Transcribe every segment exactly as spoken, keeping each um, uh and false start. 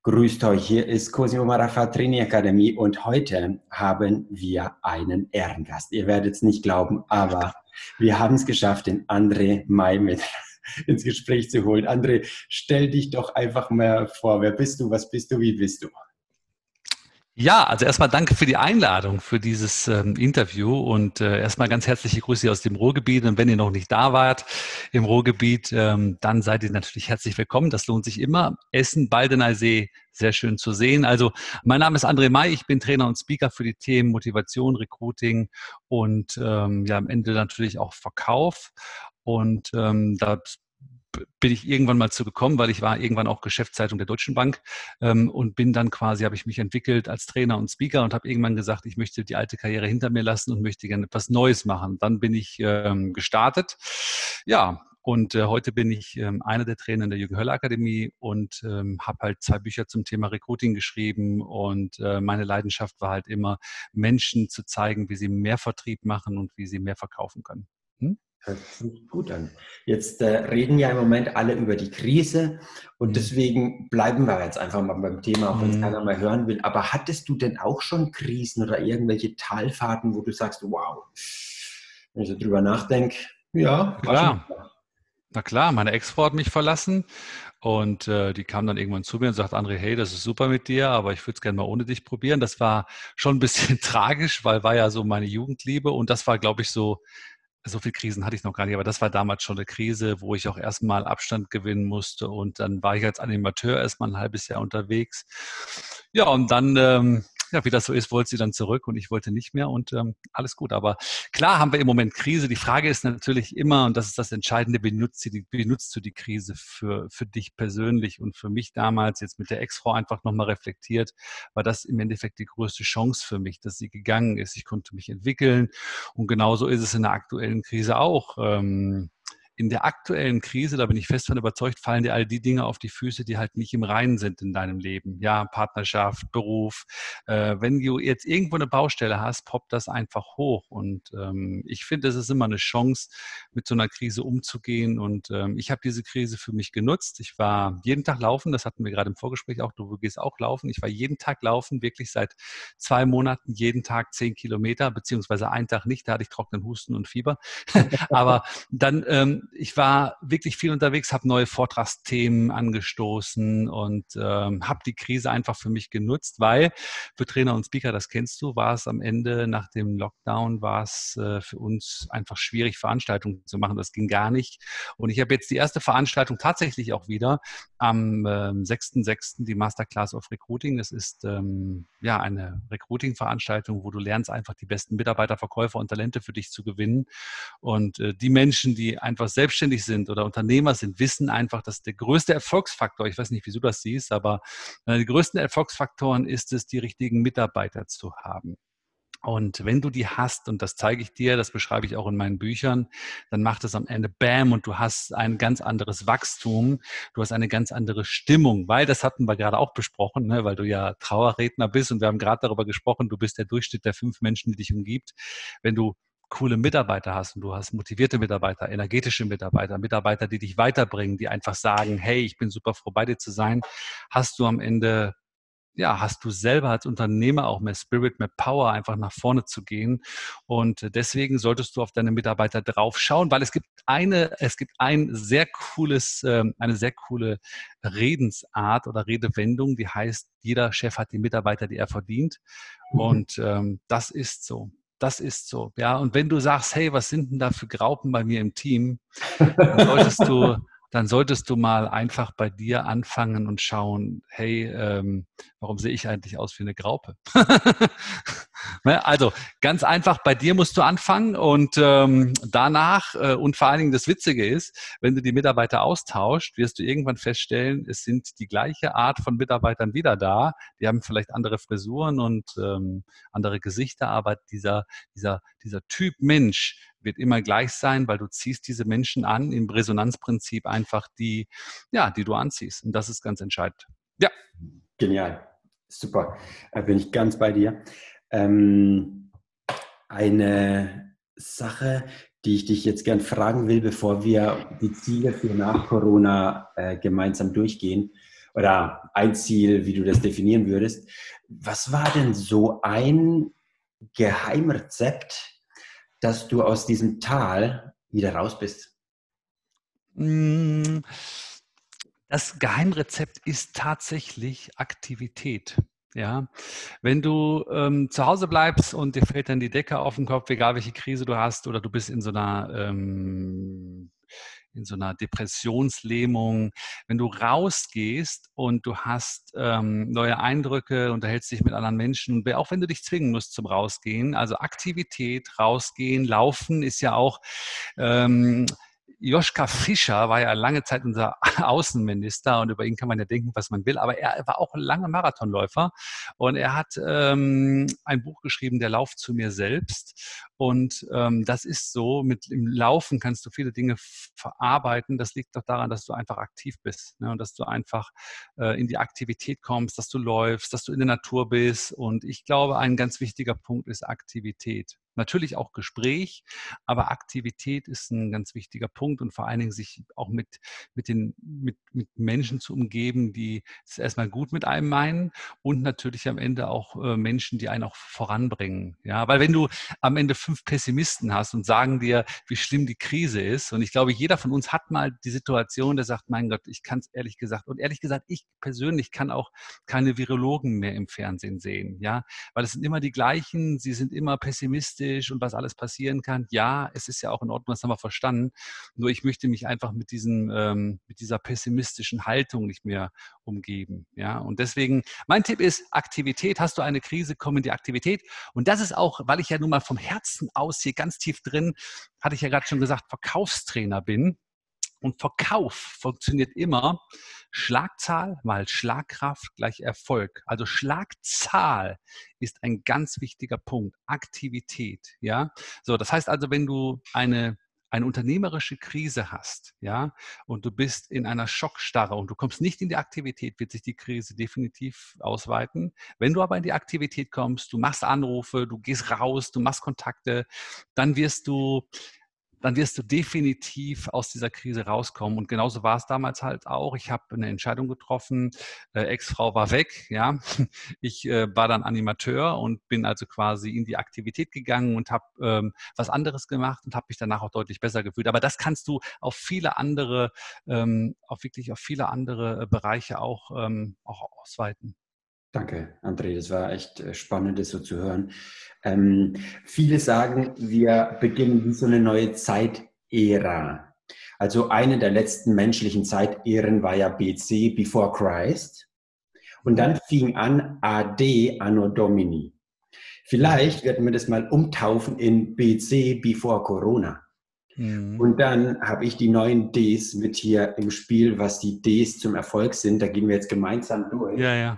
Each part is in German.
Grüßt euch, hier ist Cosimo Maraffa Training und heute haben wir einen Ehrengast. Ihr werdet es nicht glauben, aber wir haben es geschafft, den André May mit ins Gespräch zu holen. André, stell dich doch einfach mal vor. Wer bist du, was bist du, wie bist du? Ja, also erstmal danke für die Einladung für dieses ähm, Interview und äh, erstmal ganz herzliche Grüße aus dem Ruhrgebiet. Und wenn ihr noch nicht da wart im Ruhrgebiet, ähm, dann seid ihr natürlich herzlich willkommen. Das lohnt sich immer. Essen, Baldeneysee, sehr schön zu sehen. Also mein Name ist André May, ich bin Trainer und Speaker für die Themen Motivation, Recruiting und ähm, ja am Ende natürlich auch Verkauf. Und ähm, da bin ich irgendwann mal zu gekommen, weil ich war irgendwann auch Geschäftsleitung der Deutschen Bank ähm, und bin dann quasi, habe ich mich entwickelt als Trainer und Speaker und habe irgendwann gesagt, ich möchte die alte Karriere hinter mir lassen und möchte gerne etwas Neues machen. Dann bin ich ähm, gestartet. Ja, und äh, heute bin ich ähm, einer der Trainer in der Jürgen Höller Akademie und ähm, habe halt zwei Bücher zum Thema Recruiting geschrieben. Und äh, meine Leidenschaft war halt immer, Menschen zu zeigen, wie sie mehr Vertrieb machen und wie sie mehr verkaufen können. Hm? Hört sich gut an. Jetzt äh, reden ja im Moment alle über die Krise und Hm. deswegen bleiben wir jetzt einfach mal beim Thema, auch wenn es Hm. keiner mehr hören will. Aber hattest du denn auch schon Krisen oder irgendwelche Talfahrten, wo du sagst, wow, wenn ich so drüber nachdenke, ja, war schon. Klar. Na klar, meine Ex-Frau hat mich verlassen und äh, die kam dann irgendwann zu mir und sagt, André, hey, das ist super mit dir, aber ich würde es gerne mal ohne dich probieren. Das war schon ein bisschen tragisch, weil war ja so meine Jugendliebe und das war, glaube ich, so, so viel Krisen hatte ich noch gar nicht, aber das war damals schon eine Krise, wo ich auch erstmal Abstand gewinnen musste und dann war ich als Animateur erstmal ein halbes Jahr unterwegs. Ja, und dann, ähm, ja, wie das so ist, wollte sie dann zurück und ich wollte nicht mehr und ähm, alles gut. Aber klar haben wir im Moment Krise. Die Frage ist natürlich immer, und das ist das Entscheidende, wie nutzt, die, wie nutzt du die Krise für, für dich persönlich und für mich damals jetzt mit der Ex-Frau einfach nochmal reflektiert, war das im Endeffekt die größte Chance für mich, dass sie gegangen ist. Ich konnte mich entwickeln und genauso ist es in der aktuellen Krise auch. Ähm, in der aktuellen Krise, da bin ich fest von überzeugt, fallen dir all die Dinge auf die Füße, die halt nicht im Reinen sind in deinem Leben. Ja, Partnerschaft, Beruf. Äh, wenn du jetzt irgendwo eine Baustelle hast, poppt das einfach hoch. Und ähm, ich finde, es ist immer eine Chance, mit so einer Krise umzugehen. Und ähm, ich habe diese Krise für mich genutzt. Ich war jeden Tag laufen, das hatten wir gerade im Vorgespräch auch, du gehst auch laufen. Ich war jeden Tag laufen, wirklich seit zwei Monaten, jeden Tag zehn Kilometer, beziehungsweise einen Tag nicht, da hatte ich trockenen Husten und Fieber. Aber dann, ähm, ich war wirklich viel unterwegs, habe neue Vortragsthemen angestoßen und ähm, habe die Krise einfach für mich genutzt, weil für Trainer und Speaker, das kennst du, war es am Ende nach dem Lockdown, war es äh, für uns einfach schwierig, Veranstaltungen zu machen. Das ging gar nicht. Und ich habe jetzt die erste Veranstaltung tatsächlich auch wieder am ähm, sechsten sechsten die Masterclass of Recruiting. Das ist ähm, ja eine Recruiting-Veranstaltung, wo du lernst, einfach die besten Mitarbeiter, Verkäufer und Talente für dich zu gewinnen. Und äh, die Menschen, die einfach selbstständig sind oder Unternehmer sind, wissen einfach, dass der größte Erfolgsfaktor, ich weiß nicht, wie du das siehst, aber äh, die größten Erfolgsfaktoren ist es, die richtigen Mitarbeiter zu haben. Und wenn du die hast, und das zeige ich dir, das beschreibe ich auch in meinen Büchern, dann macht es am Ende Bam und du hast ein ganz anderes Wachstum, du hast eine ganz andere Stimmung, weil das hatten wir gerade auch besprochen, ne, weil du ja Trauerredner bist und wir haben gerade darüber gesprochen, du bist der Durchschnitt der fünf Menschen, die dich umgibt. Wenn du coole Mitarbeiter hast und du hast motivierte Mitarbeiter, energetische Mitarbeiter, Mitarbeiter, die dich weiterbringen, die einfach sagen, hey, ich bin super froh bei dir zu sein, hast du am Ende ja, hast du selber als Unternehmer auch mehr Spirit, mehr Power, einfach nach vorne zu gehen. Und deswegen solltest du auf deine Mitarbeiter draufschauen, weil es gibt eine, es gibt ein sehr cooles, ähm, eine sehr coole Redensart oder Redewendung, die heißt, jeder Chef hat die Mitarbeiter, die er verdient. Und ähm, das ist so. Das ist so. Ja, und wenn du sagst, hey, was sind denn da für Graupen bei mir im Team, dann solltest du, dann solltest du mal einfach bei dir anfangen und schauen, hey, ähm, warum sehe ich eigentlich aus wie eine Graupe? Ne, also ganz einfach, bei dir musst du anfangen und ähm, danach, äh, und vor allen Dingen das Witzige ist, wenn du die Mitarbeiter austauscht, wirst du irgendwann feststellen, es sind die gleiche Art von Mitarbeitern wieder da. Die haben vielleicht andere Frisuren und ähm, andere Gesichter, aber dieser, dieser, dieser Typ Mensch wird immer gleich sein, weil du ziehst diese Menschen an, im Resonanzprinzip einfach die, ja, die du anziehst. Und das ist ganz entscheidend. Ja. Genial, super, da bin ich ganz bei dir. Ähm, eine Sache, die ich dich jetzt gern fragen will, bevor wir die Ziele für nach Corona äh, gemeinsam durchgehen. oder ein Ziel, wie du das definieren würdest. Was war denn so ein Geheimrezept, dass du aus diesem Tal wieder raus bist? Mm, Das Geheimrezept ist tatsächlich Aktivität. Ja, wenn du ähm, zu Hause bleibst und dir fällt dann die Decke auf den Kopf, egal welche Krise du hast, oder du bist in so einer ähm, in so einer Depressionslähmung, wenn du rausgehst und du hast ähm, neue Eindrücke, unterhältst dich mit anderen Menschen, auch wenn du dich zwingen musst zum Rausgehen, also Aktivität, rausgehen, laufen ist ja auch ähm, Joschka Fischer war ja lange Zeit unser Außenminister und über ihn kann man ja denken, was man will, aber er war auch lange Marathonläufer und er hat ähm, ein Buch geschrieben, Der Lauf zu mir selbst. Und ähm, das ist so, mit im Laufen kannst du viele Dinge verarbeiten. Das liegt doch daran, dass du einfach aktiv bist, ne? Und dass du einfach äh, in die Aktivität kommst, dass du läufst, dass du in der Natur bist. Und ich glaube, ein ganz wichtiger Punkt ist Aktivität. Natürlich auch Gespräch, aber Aktivität ist ein ganz wichtiger Punkt und vor allen Dingen sich auch mit, mit, den, mit, mit Menschen zu umgeben, die es erstmal gut mit einem meinen und natürlich am Ende auch äh, Menschen, die einen auch voranbringen. Ja, weil wenn du am Ende fünf Pessimisten hast und sagen dir, wie schlimm die Krise ist, und ich glaube, jeder von uns hat mal die Situation, der sagt, mein Gott, ich kann es ehrlich gesagt, und ehrlich gesagt, ich persönlich kann auch keine Virologen mehr im Fernsehen sehen, ja, weil es sind immer die gleichen, sie sind immer pessimistisch und was alles passieren kann. Ja, es ist ja auch in Ordnung, das haben wir verstanden. Nur ich möchte mich einfach mit diesem, ähm, mit dieser pessimistischen Haltung nicht mehr umgeben. Ja, und deswegen, mein Tipp ist Aktivität. Hast du eine Krise, komm in die Aktivität. Und das ist auch, weil ich ja nun mal vom Herzen aus hier ganz tief drin, hatte ich ja gerade schon gesagt, Verkaufstrainer bin. Und Verkauf funktioniert immer Schlagzahl mal Schlagkraft gleich Erfolg. Also Schlagzahl ist ein ganz wichtiger Punkt. Aktivität, ja. So, das heißt also, wenn du eine eine unternehmerische Krise hast, ja, und du bist in einer Schockstarre und du kommst nicht in die Aktivität, wird sich die Krise definitiv ausweiten. Wenn du aber in die Aktivität kommst, du machst Anrufe, du gehst raus, du machst Kontakte, dann wirst du dann wirst du definitiv aus dieser Krise rauskommen. Und genauso war es damals halt auch. Ich habe eine Entscheidung getroffen. Äh, Ex-Frau war weg, ja. Ich äh, war dann Animateur und bin also quasi in die Aktivität gegangen und habe ähm, was anderes gemacht und habe mich danach auch deutlich besser gefühlt. Aber das kannst du auf viele andere, ähm, auf wirklich auf viele andere äh, Bereiche auch, ähm, auch ausweiten. Danke, André, das war echt äh, spannend, das so zu hören. Ähm, viele sagen, wir beginnen wie so eine neue Zeitära. Also eine der letzten menschlichen Zeitären war ja B C, Before Christ. Und Mhm. dann fing an A D, Anno Domini. Mhm. Vielleicht werden wir das mal umtaufen in B C, Before Corona. Mhm. Und dann habe ich die neuen Ds mit hier im Spiel, was die Ds zum Erfolg sind. Da gehen wir jetzt gemeinsam Ja, durch. ja.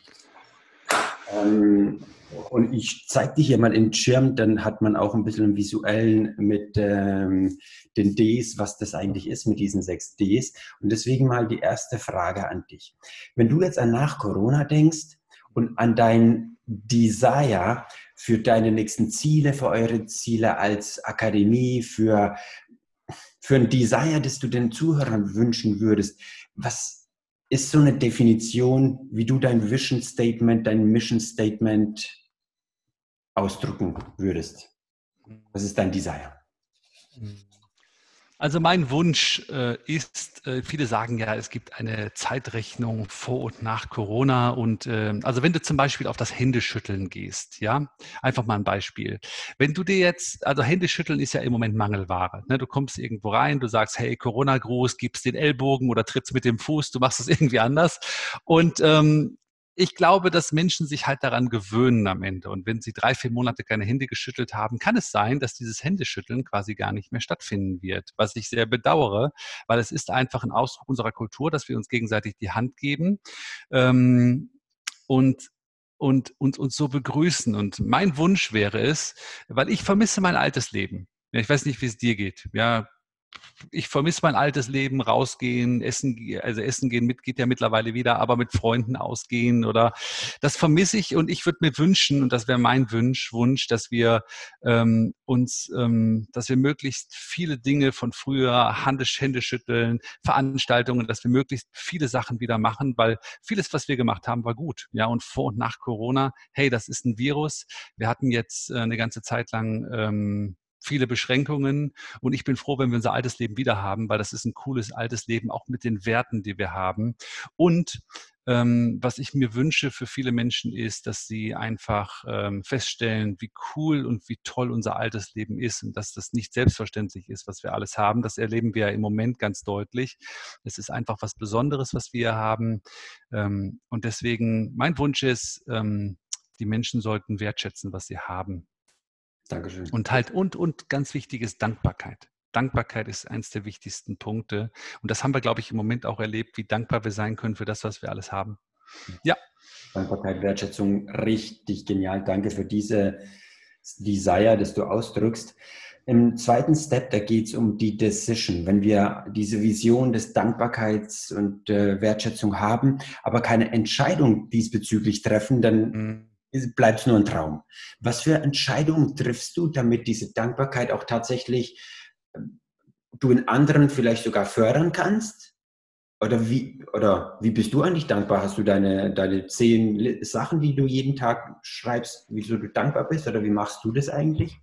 Ähm, und ich zeige dir hier mal in den Schirm, dann hat man auch ein bisschen einen visuellen mit ähm, den Ds, was das eigentlich ist mit diesen sechs Ds. Und deswegen mal die erste Frage an dich. Wenn du jetzt an nach Corona denkst und an dein Desire für deine nächsten Ziele, für eure Ziele als Akademie, für, für ein Desire, das du den Zuhörern wünschen würdest, was ist so eine Definition, wie du dein Vision Statement, dein Mission Statement ausdrücken würdest? Was ist dein Desire? Mhm. Also mein Wunsch äh, ist, äh, viele sagen ja, es gibt eine Zeitrechnung vor und nach Corona. Und äh, also wenn du zum Beispiel auf das Händeschütteln gehst, ja, einfach mal ein Beispiel. Wenn du dir jetzt, also Händeschütteln ist ja im Moment Mangelware. Ne? Du kommst irgendwo rein, du sagst, hey, Corona-Gruß, gibst den Ellbogen oder trittst mit dem Fuß, du machst es irgendwie anders. Und ähm, ich glaube, dass Menschen sich halt daran gewöhnen am Ende. Und wenn sie drei, vier Monate keine Hände geschüttelt haben, kann es sein, dass dieses Händeschütteln quasi gar nicht mehr stattfinden wird, was ich sehr bedauere, weil es ist einfach ein Ausdruck unserer Kultur, dass wir uns gegenseitig die Hand geben ähm, und und uns, uns so begrüßen. Und mein Wunsch wäre es, weil ich vermisse mein altes Leben. Ja, ich weiß nicht, wie es dir geht. Ja, ich vermisse mein altes Leben, rausgehen, essen, also essen gehen mit geht ja mittlerweile wieder, aber mit Freunden ausgehen oder das vermisse ich und ich würde mir wünschen, und das wäre mein Wunsch, Wunsch, dass wir ähm, uns, ähm, dass wir möglichst viele Dinge von früher, Händisch, Hände schütteln, Veranstaltungen, dass wir möglichst viele Sachen wieder machen, weil vieles, was wir gemacht haben, war gut. Ja, und vor und nach Corona, hey, das ist ein Virus. Wir hatten jetzt äh, eine ganze Zeit lang ähm, viele Beschränkungen und ich bin froh, wenn wir unser altes Leben wieder haben, weil das ist ein cooles altes Leben, auch mit den Werten, die wir haben. Und ähm, was ich mir wünsche für viele Menschen ist, dass sie einfach ähm, feststellen, wie cool und wie toll unser altes Leben ist und dass das nicht selbstverständlich ist, was wir alles haben. Das erleben wir ja im Moment ganz deutlich. Es ist einfach was Besonderes, was wir haben. Ähm, und deswegen, mein Wunsch ist, ähm, die Menschen sollten wertschätzen, was sie haben. Dankeschön. Und halt, und, und ganz wichtig ist Dankbarkeit. Dankbarkeit ist eines der wichtigsten Punkte. Und das haben wir, glaube ich, im Moment auch erlebt, wie dankbar wir sein können für das, was wir alles haben. Ja. Dankbarkeit, Wertschätzung, richtig genial. Danke für diese Desire, das du ausdrückst. Im zweiten Step, da geht es um die Decision. Wenn wir diese Vision des Dankbarkeits und äh, Wertschätzung haben, aber keine Entscheidung diesbezüglich treffen, dann Mhm. bleibt es nur ein Traum. Was für Entscheidungen triffst du, damit diese Dankbarkeit auch tatsächlich äh, du in anderen vielleicht sogar fördern kannst? Oder wie, oder wie bist du eigentlich dankbar? Hast du deine, deine zehn Sachen, die du jeden Tag schreibst, wieso du dankbar bist? Oder wie machst du das eigentlich?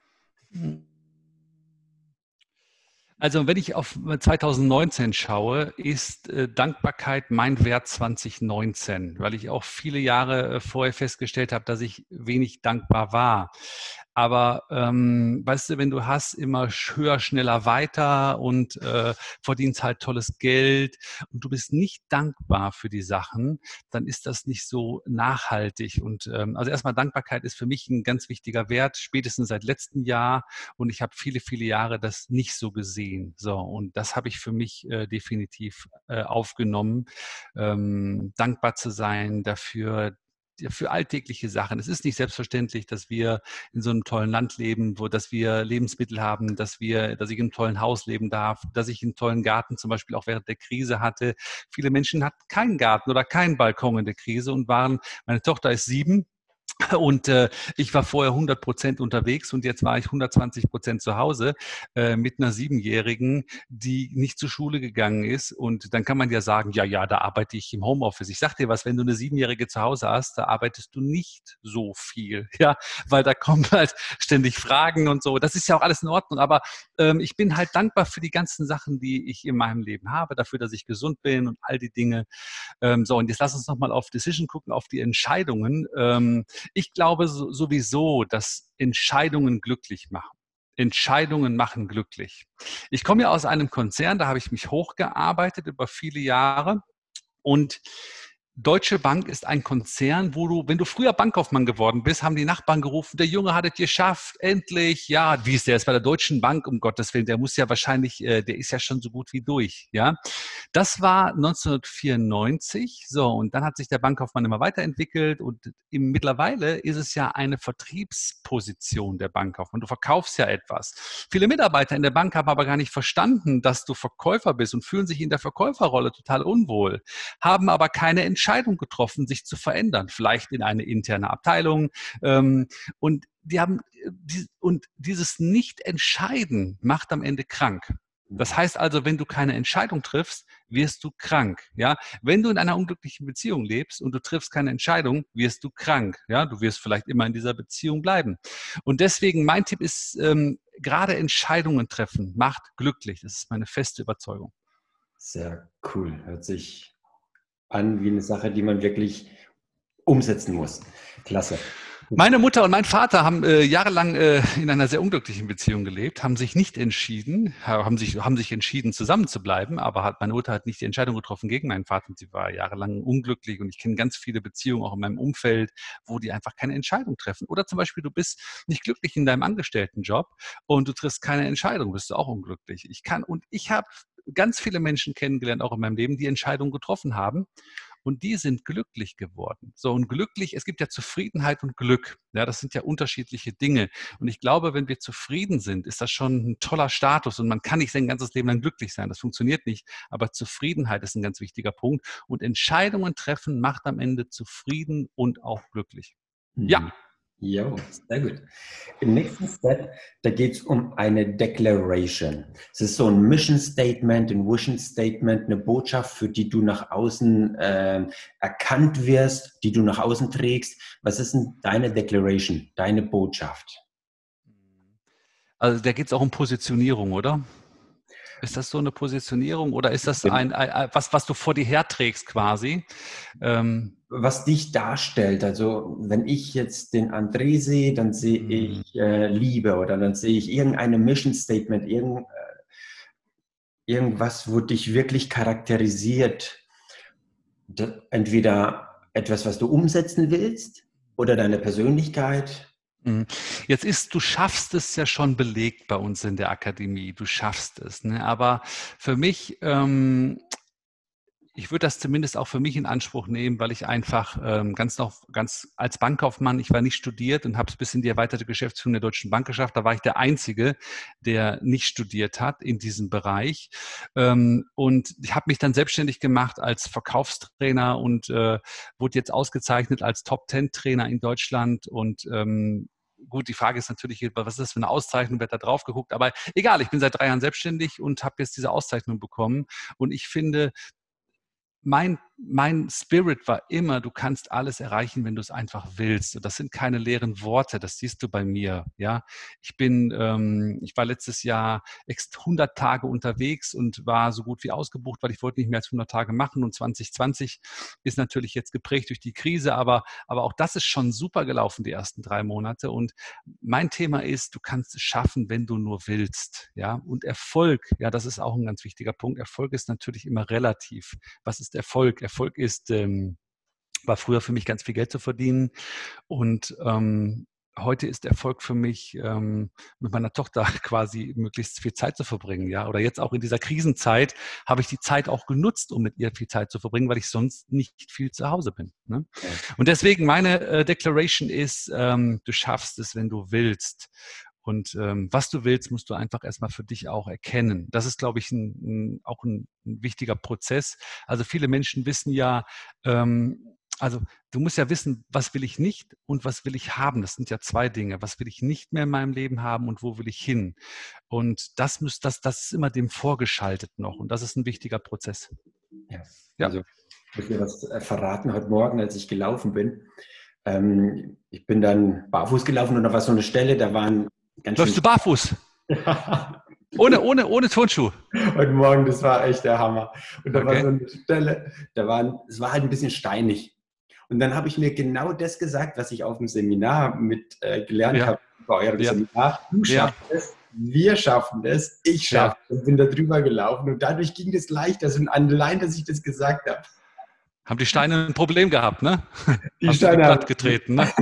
Also wenn ich auf zwanzig neunzehn schaue, ist äh, Dankbarkeit mein Wert zwanzig neunzehn, weil ich auch viele Jahre äh, vorher festgestellt habe, dass ich wenig dankbar war. Aber ähm, weißt du, wenn du hast immer höher, schneller, weiter und äh, verdienst halt tolles Geld und du bist nicht dankbar für die Sachen, dann ist das nicht so nachhaltig. Und ähm, also erstmal Dankbarkeit ist für mich ein ganz wichtiger Wert, spätestens seit letztem Jahr. Und ich habe viele, viele Jahre das nicht so gesehen. So, und das habe ich für mich äh, definitiv äh, aufgenommen, ähm, dankbar zu sein dafür, für alltägliche Sachen. Es ist nicht selbstverständlich, dass wir in so einem tollen Land leben, wo, dass wir Lebensmittel haben, dass wir, dass ich in einem tollen Haus leben darf, dass ich einen tollen Garten zum Beispiel auch während der Krise hatte. Viele Menschen hatten keinen Garten oder keinen Balkon in der Krise und waren, meine Tochter ist sieben, und äh, ich war vorher hundert Prozent unterwegs und jetzt war ich hundertzwanzig Prozent zu Hause äh, mit einer Siebenjährigen, die nicht zur Schule gegangen ist. Und dann kann man ja sagen, ja, ja, da arbeite ich im Homeoffice. Ich sag dir was, wenn du eine Siebenjährige zu Hause hast, da arbeitest du nicht so viel, ja, weil da kommen halt ständig Fragen und so. Das ist ja auch alles in Ordnung. Aber ähm, ich bin halt dankbar für die ganzen Sachen, die ich in meinem Leben habe, dafür, dass ich gesund bin und all die Dinge. Ähm, so, und jetzt lass uns nochmal auf Decision gucken, auf die Entscheidungen. Ähm, ich glaube so, sowieso, dass Entscheidungen glücklich machen. Entscheidungen machen glücklich. Ich komme ja aus einem Konzern, da habe ich mich hochgearbeitet über viele Jahre und Deutsche Bank ist ein Konzern, wo du, wenn du früher Bankkaufmann geworden bist, haben die Nachbarn gerufen, der Junge hat es geschafft, endlich. Ja, wie ist der jetzt bei der Deutschen Bank, um Gottes Willen, der muss ja wahrscheinlich, äh, der ist ja schon so gut wie durch, ja. Das war neunzehnhundertvierundneunzig, so, und dann hat sich der Bankkaufmann immer weiterentwickelt und im, mittlerweile ist es ja eine Vertriebsposition der Bankkaufmann. Du verkaufst ja etwas. Viele Mitarbeiter in der Bank haben aber gar nicht verstanden, dass du Verkäufer bist und fühlen sich in der Verkäuferrolle total unwohl, haben aber keine Entscheidung getroffen, sich zu verändern, vielleicht in eine interne Abteilung. Ähm, und die haben die, und dieses Nicht-Entscheiden macht am Ende krank. Das heißt also, wenn du keine Entscheidung triffst, wirst du krank. Ja, wenn du in einer unglücklichen Beziehung lebst und du triffst keine Entscheidung, wirst du krank. Ja, du wirst vielleicht immer in dieser Beziehung bleiben. Und deswegen mein Tipp ist, ähm, gerade Entscheidungen treffen macht glücklich. Das ist meine feste Überzeugung. Sehr cool. Hört sich an wie eine Sache, die man wirklich umsetzen muss. Klasse. Meine Mutter und mein Vater haben äh, jahrelang äh, in einer sehr unglücklichen Beziehung gelebt, haben sich nicht entschieden, haben sich, haben sich entschieden, zusammen zu bleiben, aber hat, meine Mutter hat nicht die Entscheidung getroffen gegen meinen Vater und sie war jahrelang unglücklich und ich kenne ganz viele Beziehungen auch in meinem Umfeld, wo die einfach keine Entscheidung treffen. Oder zum Beispiel, du bist nicht glücklich in deinem Angestelltenjob und du triffst keine Entscheidung, bist du auch unglücklich. Ich kann, und ich habe ganz viele Menschen kennengelernt, auch in meinem Leben, die Entscheidungen getroffen haben und die sind glücklich geworden. So, und glücklich, es gibt ja Zufriedenheit und Glück. Ja, das sind ja unterschiedliche Dinge. Und ich glaube, wenn wir zufrieden sind, ist das schon ein toller Status und man kann nicht sein ganzes Leben lang glücklich sein. Das funktioniert nicht. Aber Zufriedenheit ist ein ganz wichtiger Punkt. Und Entscheidungen treffen macht am Ende zufrieden und auch glücklich. Ja. Mhm. Jo, sehr gut. Im nächsten Step, da geht es um eine Declaration. Es ist so ein Mission Statement, ein Vision Statement, eine Botschaft, für die du nach außen äh, erkannt wirst, die du nach außen trägst. Was ist denn deine Declaration, deine Botschaft? Also da geht es auch um Positionierung, oder? Ist das so eine Positionierung oder ist das ein, ein was, was du vor dir herträgst quasi? Ähm, Was dich darstellt, also wenn ich jetzt den André sehe, dann sehe ich äh, Liebe oder dann sehe ich irgendeine Mission Statement, irgend, äh, irgendwas, wo dich wirklich charakterisiert. D- Entweder etwas, was du umsetzen willst oder deine Persönlichkeit. Jetzt ist, du schaffst es ja schon belegt bei uns in der Akademie, du schaffst es. Ne? Aber für mich, ähm, ich würde das zumindest auch für mich in Anspruch nehmen, weil ich einfach ähm, ganz noch, ganz als Bankkaufmann, ich war nicht studiert und habe es bis in die erweiterte Geschäftsführung der Deutschen Bank geschafft. Da war ich der Einzige, der nicht studiert hat in diesem Bereich. Ähm, und ich habe mich dann selbstständig gemacht als Verkaufstrainer und äh, wurde jetzt ausgezeichnet als Top-Ten-Trainer in Deutschland und ähm, Gut, die Frage ist natürlich, was ist das für eine Auszeichnung, wird da drauf geguckt, aber egal, ich bin seit drei Jahren selbstständig und habe jetzt diese Auszeichnung bekommen und ich finde, mein, mein Spirit war immer, du kannst alles erreichen, wenn du es einfach willst. Und das sind keine leeren Worte, das siehst du bei mir. Ja, ich bin, ähm, ich war letztes Jahr hundert Tage unterwegs und war so gut wie ausgebucht, weil ich wollte nicht mehr als hundert Tage machen. Und zwanzig zwanzig ist natürlich jetzt geprägt durch die Krise, aber, aber auch das ist schon super gelaufen, die ersten drei Monate. Und mein Thema ist, du kannst es schaffen, wenn du nur willst. Ja, und Erfolg, ja, das ist auch ein ganz wichtiger Punkt. Erfolg ist natürlich immer relativ. Was ist Erfolg? Erfolg ist, ähm, war früher für mich ganz viel Geld zu verdienen und ähm, heute ist Erfolg für mich, ähm, mit meiner Tochter quasi möglichst viel Zeit zu verbringen, ja. Oder jetzt auch in dieser Krisenzeit habe ich die Zeit auch genutzt, um mit ihr viel Zeit zu verbringen, weil ich sonst nicht viel zu Hause bin. Ne? Ja. Und deswegen meine äh, Declaration ist, ähm, du schaffst es, wenn du willst. Und ähm, was du willst, musst du einfach erstmal für dich auch erkennen. Das ist, glaube ich, ein, ein, auch ein, ein wichtiger Prozess. Also viele Menschen wissen ja, ähm, also du musst ja wissen, was will ich nicht und was will ich haben. Das sind ja zwei Dinge. Was will ich nicht mehr in meinem Leben haben und wo will ich hin? Und das muss, das, das ist immer dem vorgeschaltet noch. Und das ist ein wichtiger Prozess. Ja. Ja. Also ich muss dir was äh, verraten. Heute Morgen, als ich gelaufen bin, ähm, ich bin dann barfuß gelaufen und da war so eine Stelle, da waren ganz schön. Läufst du barfuß? Ohne, ohne, ohne Turnschuh? Heute Morgen, das war echt der Hammer. Und da war Okay. so eine Stelle, da waren, es war halt ein bisschen steinig. Und dann habe ich mir genau das gesagt, was ich auf dem Seminar mit äh, gelernt Ja. habe, bei eurem Ja. Seminar. Du Ja. schaffst es, wir schaffen es, ich schaffe es. Und bin da drüber gelaufen. Und dadurch ging das leichter. So allein, dass ich das gesagt habe. Haben die Steine ein Problem gehabt, ne? Die Hast du die Steine haben. platt getreten, ne?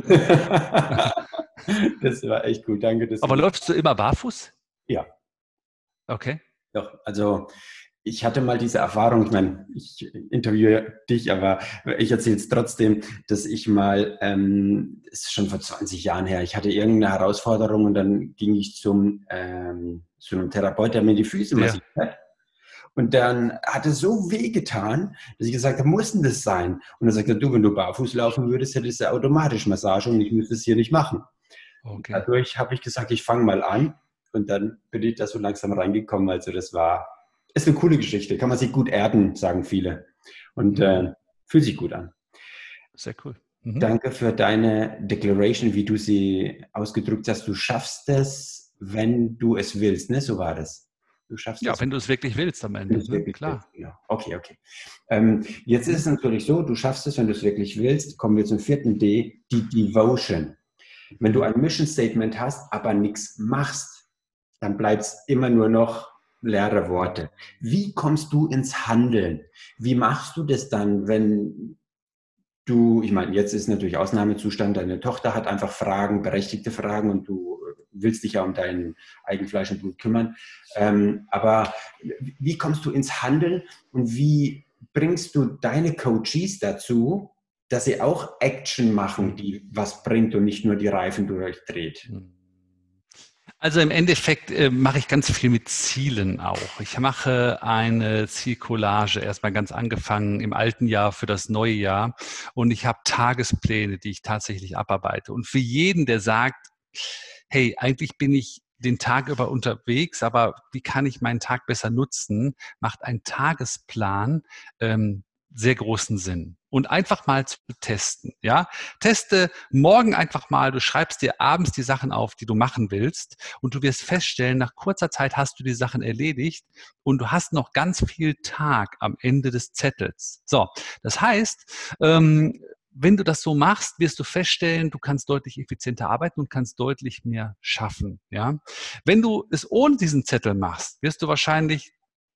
Das war echt gut. Danke. Dass Aber du läufst du immer barfuß? ja, Okay. doch. Also ich hatte mal diese Erfahrung, ich meine, ich interviewe dich, aber ich erzähle es trotzdem, dass ich mal, ähm, das ist schon vor zwanzig Jahren her, ich hatte irgendeine Herausforderung und dann ging ich zum, ähm, zu einem Therapeut, der mir die Füße Ja. massiert hat. Und dann hat es so weh getan, dass ich gesagt habe, muss denn das sein? Und dann sagt er, du, wenn du barfuß laufen würdest, hättest du automatisch Massage und ich müsste es hier nicht machen. Okay. Dadurch habe ich gesagt, ich fange mal an und dann bin ich da so langsam reingekommen. Also das war, ist eine coole Geschichte, kann man sich gut erden, sagen viele. Und Mhm. äh, fühlt sich gut an. Sehr cool. Mhm. Danke für deine Declaration, wie du sie ausgedrückt hast. Du schaffst es, wenn du es willst, ne? So war das. Du schaffst Ja, es, wenn du es wirklich willst am wenn Ende, du es ne? wirklich Klar. willst. Genau. Okay, okay. Ähm, jetzt ist es natürlich so, du schaffst es, wenn du es wirklich willst. Kommen wir zum vierten D, die Devotion. Wenn du ein Mission Statement hast, aber nichts machst, dann bleibt es immer nur noch leere Worte. Wie kommst du ins Handeln? Wie machst du das dann, wenn du, ich meine, jetzt ist natürlich Ausnahmezustand, deine Tochter hat einfach Fragen, berechtigte Fragen und du willst dich ja um dein Eigenfleisch und Blut kümmern. Ähm, aber wie kommst du ins Handeln und wie bringst du deine Coaches dazu, dass sie auch Action machen, die was bringt und nicht nur die Reifen durchdreht? Also im Endeffekt äh, mache ich ganz viel mit Zielen auch. Ich mache eine Zielcollage, erstmal ganz angefangen im alten Jahr für das neue Jahr. Und ich habe Tagespläne, die ich tatsächlich abarbeite. Und für jeden, der sagt, hey, eigentlich bin ich den Tag über unterwegs, aber wie kann ich meinen Tag besser nutzen, macht ein Tagesplan ähm, sehr großen Sinn. Und einfach mal zu testen, ja. Teste morgen einfach mal, du schreibst dir abends die Sachen auf, die du machen willst, und du wirst feststellen, nach kurzer Zeit hast du die Sachen erledigt und du hast noch ganz viel Tag am Ende des Zettels. So, das heißt, ähm, wenn du das so machst, wirst du feststellen, du kannst deutlich effizienter arbeiten und kannst deutlich mehr schaffen, ja. Wenn du es ohne diesen Zettel machst, wirst du wahrscheinlich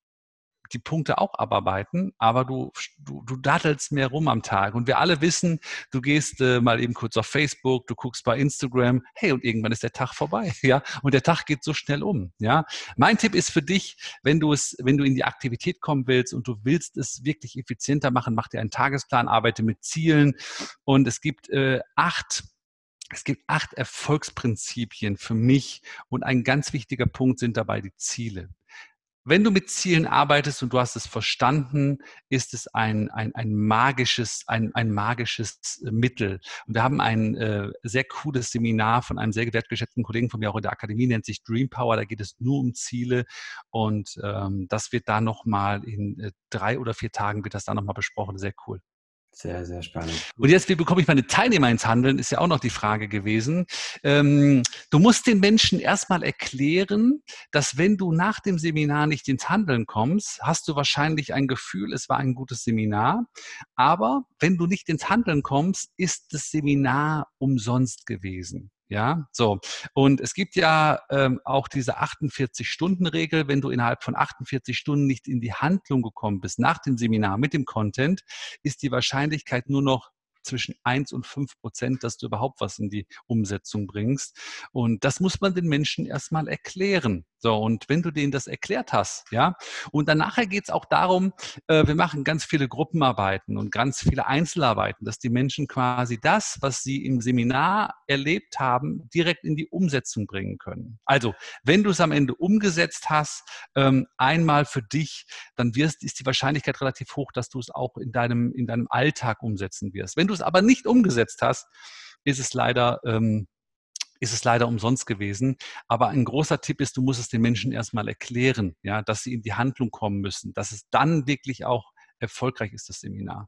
die Punkte auch abarbeiten, aber du, du, du dattelst mehr rum am Tag. Und wir alle wissen, du gehst äh, mal eben kurz auf Facebook, du guckst bei Instagram, hey, und irgendwann ist der Tag vorbei, ja. Und der Tag geht so schnell um, ja. Mein Tipp ist für dich, wenn du es, wenn du in die Aktivität kommen willst und du willst es wirklich effizienter machen, mach dir einen Tagesplan, arbeite mit Zielen. Und es gibt äh, acht Es gibt acht Erfolgsprinzipien für mich, und ein ganz wichtiger Punkt sind dabei die Ziele. Wenn du mit Zielen arbeitest und du hast es verstanden, ist es ein, ein, ein magisches, ein, ein magisches Mittel. Und wir haben ein äh, sehr cooles Seminar von einem sehr wertgeschätzten Kollegen von mir auch in der Akademie, nennt sich Dream Power. Da geht es nur um Ziele. Und ähm, das wird da nochmal in äh, drei oder vier Tagen wird das da nochmal besprochen. Sehr cool. Sehr, sehr spannend. Und jetzt, wie bekomme ich meine Teilnehmer ins Handeln, ist ja auch noch die Frage gewesen. Ähm, du musst den Menschen erstmal erklären, dass wenn du nach dem Seminar nicht ins Handeln kommst, hast du wahrscheinlich ein Gefühl, es war ein gutes Seminar. Aber wenn du nicht ins Handeln kommst, ist das Seminar umsonst gewesen. Ja, so. Und es gibt ja ähm, auch diese achtundvierzig-Stunden-Regel. Wenn du innerhalb von achtundvierzig Stunden nicht in die Handlung gekommen bist, nach dem Seminar mit dem Content, ist die Wahrscheinlichkeit nur noch zwischen eins und fünf Prozent, dass du überhaupt was in die Umsetzung bringst. Und das muss man den Menschen erstmal erklären. So, und wenn du denen das erklärt hast, ja, und dann nachher geht es auch darum, äh, wir machen ganz viele Gruppenarbeiten und ganz viele Einzelarbeiten, dass die Menschen quasi das, was sie im Seminar erlebt haben, direkt in die Umsetzung bringen können. Also, wenn du es am Ende umgesetzt hast, ähm, einmal für dich, dann wirst, ist die Wahrscheinlichkeit relativ hoch, dass du es auch in deinem, in deinem Alltag umsetzen wirst. Wenn du es aber nicht umgesetzt hast, ist es leider, ähm, ist es leider umsonst gewesen. Aber ein großer Tipp ist, du musst es den Menschen erstmal erklären, ja, dass sie in die Handlung kommen müssen, dass es dann wirklich auch erfolgreich ist, das Seminar.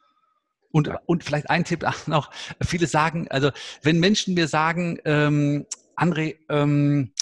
Und, und vielleicht ein Tipp noch, viele sagen, also wenn Menschen mir sagen, ähm, André, ähm,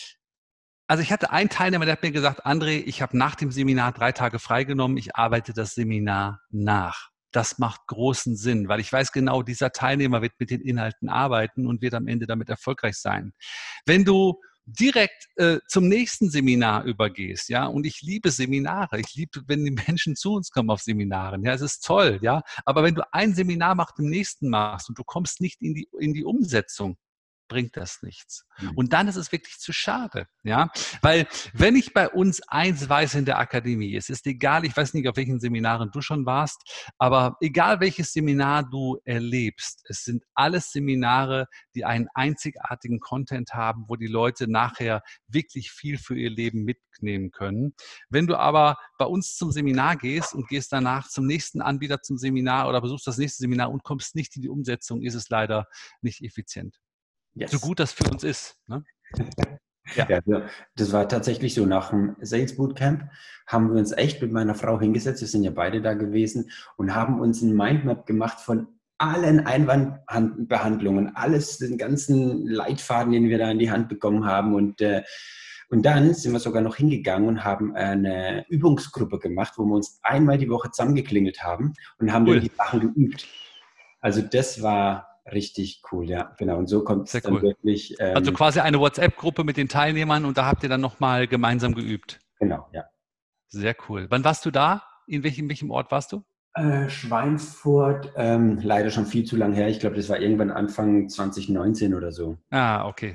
also ich hatte einen Teilnehmer, der hat mir gesagt, André, ich habe nach dem Seminar drei Tage freigenommen, ich arbeite das Seminar nach. Das macht großen Sinn, weil ich weiß genau, dieser Teilnehmer wird mit den Inhalten arbeiten und wird am Ende damit erfolgreich sein. Wenn du direkt äh, zum nächsten Seminar übergehst, ja, und ich liebe Seminare, ich liebe, wenn die Menschen zu uns kommen auf Seminaren, ja, es ist toll, ja, aber wenn du ein Seminar nach dem nächsten machst und du kommst nicht in die, in die Umsetzung, bringt das nichts. Und dann ist es wirklich zu schade, ja, weil wenn ich bei uns eins weiß in der Akademie, es ist egal, ich weiß nicht, auf welchen Seminaren du schon warst, aber egal welches Seminar du erlebst, es sind alles Seminare, die einen einzigartigen Content haben, wo die Leute nachher wirklich viel für ihr Leben mitnehmen können. Wenn du aber bei uns zum Seminar gehst und gehst danach zum nächsten Anbieter zum Seminar oder besuchst das nächste Seminar und kommst nicht in die Umsetzung, ist es leider nicht effizient. Yes. So gut das für uns ist. Ne? Ja. Ja, das war tatsächlich so. Nach dem Sales Bootcamp haben wir uns echt mit meiner Frau hingesetzt, wir sind ja beide da gewesen, und haben uns ein Mindmap gemacht von allen Einwandbehandlungen, alles, den ganzen Leitfaden, den wir da in die Hand bekommen haben. Und, äh, und dann sind wir sogar noch hingegangen und haben eine Übungsgruppe gemacht, wo wir uns einmal die Woche zusammengeklingelt haben und haben cool. dann die Sachen geübt. Also das war richtig cool, ja, genau. Und so kommt es dann cool. wirklich. Ähm, also quasi eine WhatsApp-Gruppe mit den Teilnehmern, und da habt ihr dann nochmal gemeinsam geübt. Genau, ja. Sehr cool. Wann warst du da? In welchem, in welchem Ort warst du? Äh, Schweinfurt, ähm, leider schon viel zu lang her. Ich glaube, das war irgendwann Anfang zwanzig neunzehn oder so. Ah, okay.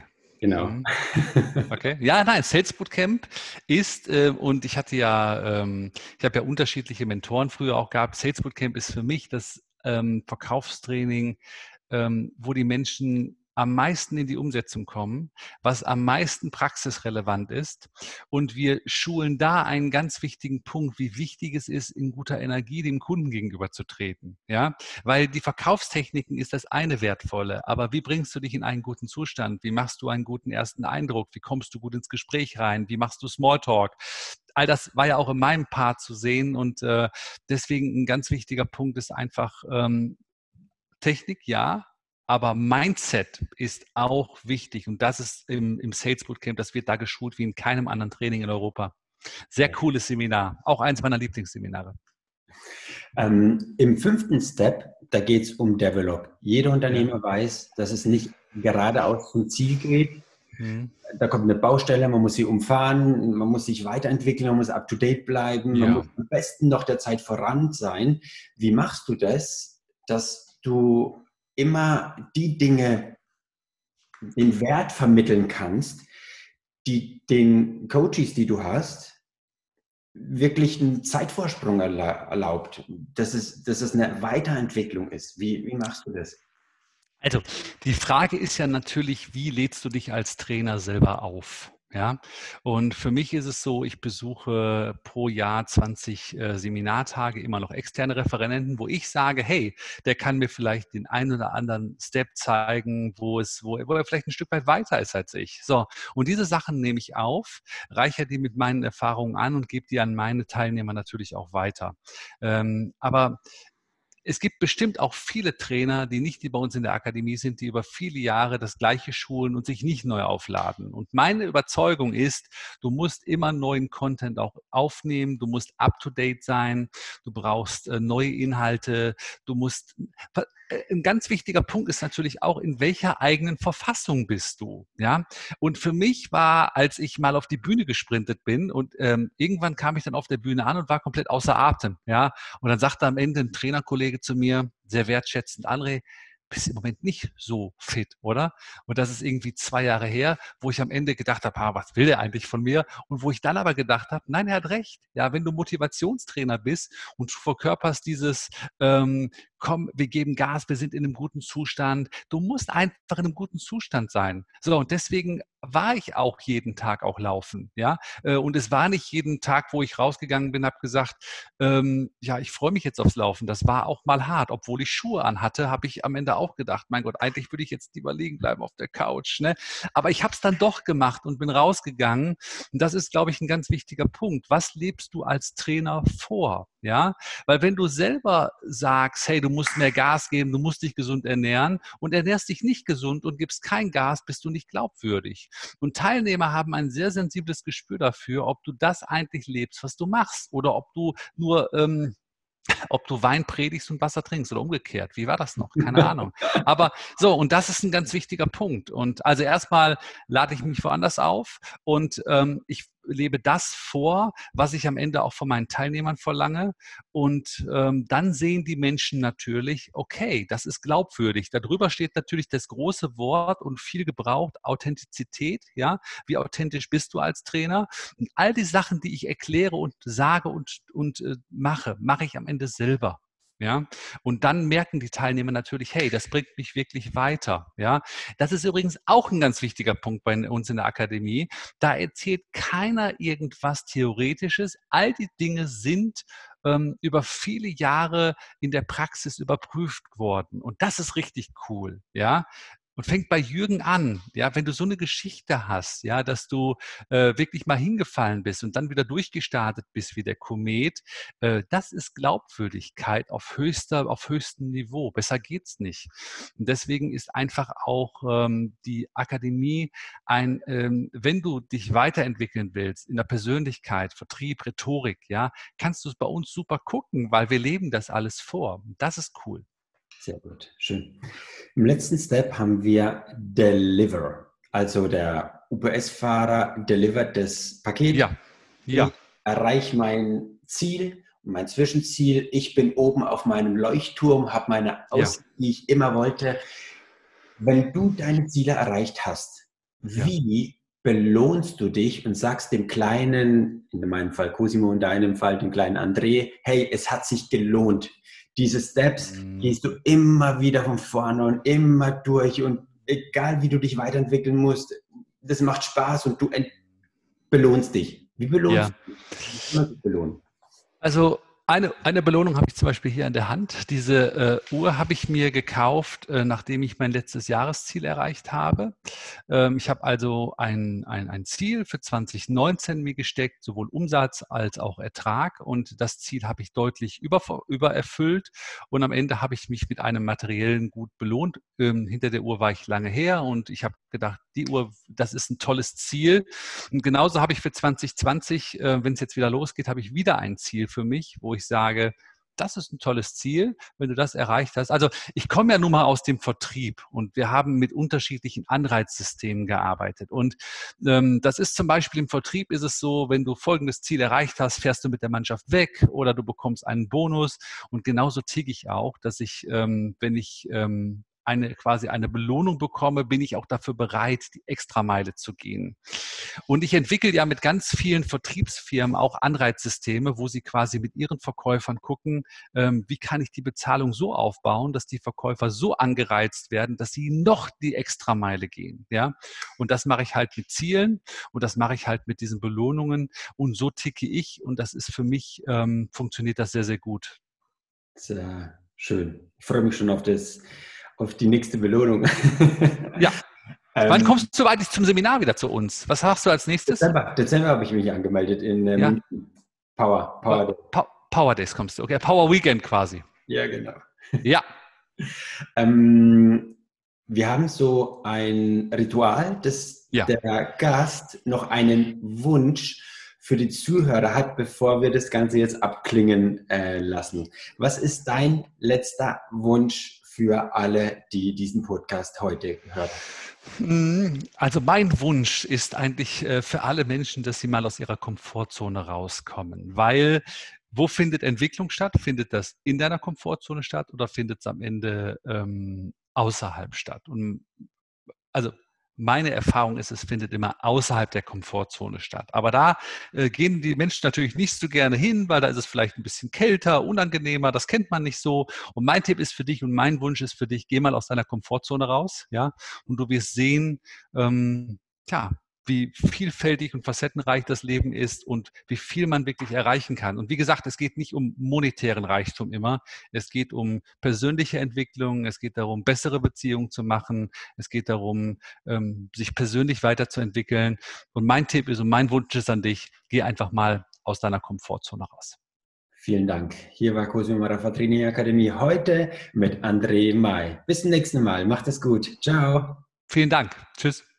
genau. Mhm. Okay. Ja, nein, Sales Bootcamp ist, äh, und ich hatte ja, ähm, ich habe ja unterschiedliche Mentoren früher auch gehabt. Sales Bootcamp ist für mich das ähm, Verkaufstraining, ähm, wo die Menschen am meisten in die Umsetzung kommen, was am meisten praxisrelevant ist. Und wir schulen da einen ganz wichtigen Punkt, wie wichtig es ist, in guter Energie dem Kunden gegenüber zu treten. Ja, weil die Verkaufstechniken ist das eine Wertvolle, aber wie bringst du dich in einen guten Zustand? Wie machst du einen guten ersten Eindruck? Wie kommst du gut ins Gespräch rein? Wie machst du Smalltalk? All das war ja auch in meinem Part zu sehen und äh, deswegen ein ganz wichtiger Punkt ist einfach ähm, Technik, ja, aber Mindset ist auch wichtig und das ist im, im Sales Bootcamp, das wird da geschult wie in keinem anderen Training in Europa. Sehr cooles Seminar, auch eins meiner Lieblingsseminare. Ähm, Im fünften Step, da geht es um Develop. Jeder Ja. Unternehmer weiß, dass es nicht geradeaus zum Ziel geht. Mhm. Da kommt eine Baustelle, man muss sie umfahren, man muss sich weiterentwickeln, man muss up-to-date bleiben, man muss Ja. am besten noch der Zeit voran sein. Wie machst du das, dass du immer die Dinge, den Wert vermitteln kannst, die den Coaches, die du hast, wirklich einen Zeitvorsprung erlaubt, dass es, dass es eine Weiterentwicklung ist. Wie, wie machst du das? Also, die Frage ist ja natürlich, wie lädst du dich als Trainer selber auf? Ja, und für mich ist es so, ich besuche pro Jahr zwanzig äh, Seminartage, immer noch externe Referenten, wo ich sage, hey, der kann mir vielleicht den einen oder anderen Step zeigen, wo es, wo, wo er vielleicht ein Stück weit weiter ist als ich. So, und diese Sachen nehme ich auf, reichere die mit meinen Erfahrungen an und gebe die an meine Teilnehmer natürlich auch weiter. Ähm, aber es gibt bestimmt auch viele Trainer, die nicht bei uns in der Akademie sind, die über viele Jahre das Gleiche schulen und sich nicht neu aufladen. Und meine Überzeugung ist, du musst immer neuen Content auch aufnehmen, du musst up-to-date sein, du brauchst äh, neue Inhalte, du musst... Ein ganz wichtiger Punkt ist natürlich auch, in welcher eigenen Verfassung bist du? Ja, und für mich war, als ich mal auf die Bühne gesprintet bin und ähm, irgendwann kam ich dann auf der Bühne an und war komplett außer Atem. Ja, und dann sagte am Ende ein Trainerkollege zu mir, sehr wertschätzend, André, bist im Moment nicht so fit, oder? Und das ist irgendwie zwei Jahre her, wo ich am Ende gedacht habe, ah, was will der eigentlich von mir? Und wo ich dann aber gedacht habe, nein, er hat recht. Ja, wenn du Motivationstrainer bist und du verkörperst dieses, ähm, komm, wir geben Gas, wir sind in einem guten Zustand. Du musst einfach in einem guten Zustand sein. So, und deswegen war ich auch jeden Tag auch laufen, ja. Und es war nicht jeden Tag, wo ich rausgegangen bin, habe gesagt, ähm, ja, ich freue mich jetzt aufs Laufen. Das war auch mal hart. Obwohl ich Schuhe anhatte, habe ich am Ende auch gedacht, mein Gott, eigentlich würde ich jetzt lieber liegen bleiben auf der Couch. Ne? Aber ich habe es dann doch gemacht und bin rausgegangen. Und das ist, glaube ich, ein ganz wichtiger Punkt. Was lebst du als Trainer vor? Ja, weil wenn du selber sagst, hey, du musst mehr Gas geben, du musst dich gesund ernähren und ernährst dich nicht gesund und gibst kein Gas, bist du nicht glaubwürdig. Und Teilnehmer haben ein sehr sensibles Gespür dafür, ob du das eigentlich lebst, was du machst, oder ob du nur ähm, ob du Wein predigst und Wasser trinkst oder umgekehrt. Wie war das noch? Keine Ahnung. Aber so, und das ist ein ganz wichtiger Punkt. Und also erstmal lade ich mich woanders auf und ähm, ich lebe das vor, was ich am Ende auch von meinen Teilnehmern verlange. Und ähm, dann sehen die Menschen natürlich, okay, das ist glaubwürdig. Darüber steht natürlich das große Wort und viel gebraucht, Authentizität. Ja, wie authentisch bist du als Trainer? Und all die Sachen, die ich erkläre und sage und, und äh, mache, mache ich am Ende selber. Ja, und dann merken die Teilnehmer natürlich, hey, das bringt mich wirklich weiter. Ja, das ist übrigens auch ein ganz wichtiger Punkt bei uns in der Akademie. Da erzählt keiner irgendwas Theoretisches. All die Dinge sind ähm, über viele Jahre in der Praxis überprüft worden. Und das ist richtig cool. Ja, und fängt bei Jürgen an, ja, wenn du so eine Geschichte hast, ja, dass du äh, wirklich mal hingefallen bist und dann wieder durchgestartet bist wie der Komet, äh, das ist Glaubwürdigkeit auf höchster, auf höchstem Niveau. Besser geht's nicht. Und deswegen ist einfach auch ähm, die Akademie ein, ähm, wenn du dich weiterentwickeln willst in der Persönlichkeit, Vertrieb, Rhetorik, ja, kannst du es bei uns super gucken, weil wir leben das alles vor. Und das ist cool. Sehr gut, schön. Im letzten Step haben wir Deliver. Also der U P S-Fahrer delivert das Paket. Ja, ja. Ich erreiche mein Ziel, mein Zwischenziel. Ich bin oben auf meinem Leuchtturm, habe meine Aussicht, ja, die ich immer wollte. Wenn du deine Ziele erreicht hast, Ja. wie belohnst du dich und sagst dem kleinen, in meinem Fall Cosimo, in deinem Fall dem kleinen André, hey, es hat sich gelohnt. Diese Steps Mhm. gehst du immer wieder von vorne und immer durch und egal wie du dich weiterentwickeln musst, das macht Spaß und du belohnst dich. Wie belohnst Ja. du dich? Wie kann man sich belohnen? Also eine, eine Belohnung habe ich zum Beispiel hier in der Hand. Diese äh, Uhr habe ich mir gekauft, äh, nachdem ich mein letztes Jahresziel erreicht habe. Ähm, ich habe also ein, ein, ein Ziel für zwanzig neunzehn mir gesteckt, sowohl Umsatz als auch Ertrag. Und das Ziel habe ich deutlich über, übererfüllt. Und am Ende habe ich mich mit einem materiellen Gut belohnt. Ähm, hinter der Uhr war ich lange her und ich habe gedacht, die Uhr, das ist ein tolles Ziel. Und genauso habe ich für zwanzig zwanzig, äh, wenn es jetzt wieder losgeht, habe ich wieder ein Ziel für mich, wo ich sage, das ist ein tolles Ziel, wenn du das erreicht hast. Also ich komme ja nun mal aus dem Vertrieb und wir haben mit unterschiedlichen Anreizsystemen gearbeitet. Und ähm, das ist zum Beispiel im Vertrieb ist es so, wenn du folgendes Ziel erreicht hast, fährst du mit der Mannschaft weg oder du bekommst einen Bonus. Und genauso ticke ich auch, dass ich, ähm, wenn ich ähm, eine quasi eine Belohnung bekomme, bin ich auch dafür bereit, die Extrameile zu gehen. Und ich entwickle ja mit ganz vielen Vertriebsfirmen auch Anreizsysteme, wo sie quasi mit ihren Verkäufern gucken, ähm, wie kann ich die Bezahlung so aufbauen, dass die Verkäufer so angereizt werden, dass sie noch die Extrameile gehen. Ja? Und das mache ich halt mit Zielen und das mache ich halt mit diesen Belohnungen und so ticke ich und das ist für mich, ähm, funktioniert das sehr, sehr gut. Sehr schön. Ich freue mich schon auf das, auf die nächste Belohnung. Ja, wann ähm, kommst du eigentlich zum Seminar wieder zu uns? Was hast du als nächstes? Dezember, Dezember habe ich mich angemeldet in äh, Ja, München. Power, Power Day. Power Days kommst du. Okay, Power Weekend quasi. Ja, genau. Ja, Ähm, wir haben so ein Ritual, dass ja. der Gast noch einen Wunsch für die Zuhörer hat, bevor wir das Ganze jetzt abklingen äh, lassen. Was ist dein letzter Wunsch für alle, die diesen Podcast heute gehört haben? Also mein Wunsch ist eigentlich äh, für alle Menschen, dass sie mal aus ihrer Komfortzone rauskommen, weil wo findet Entwicklung statt? Findet das in deiner Komfortzone statt oder findet es am Ende ähm, außerhalb statt? Und also meine Erfahrung ist, es findet immer außerhalb der Komfortzone statt. Aber da äh, gehen die Menschen natürlich nicht so gerne hin, weil da ist es vielleicht ein bisschen kälter, unangenehmer, das kennt man nicht so. Und mein Tipp ist für dich und mein Wunsch ist für dich, geh mal aus deiner Komfortzone raus, ja, und du wirst sehen, ähm, tja, wie vielfältig und facettenreich das Leben ist und wie viel man wirklich erreichen kann. Und wie gesagt, es geht nicht um monetären Reichtum immer. Es geht um persönliche Entwicklung. Es geht darum, bessere Beziehungen zu machen. Es geht darum, ähm, sich persönlich weiterzuentwickeln. Und mein Tipp ist und mein Wunsch ist an dich, geh einfach mal aus deiner Komfortzone raus. Vielen Dank. Hier war Cosimo Maraffa Training Akademie heute mit André Mai. Bis zum nächsten Mal. Macht es gut. Ciao. Vielen Dank. Tschüss.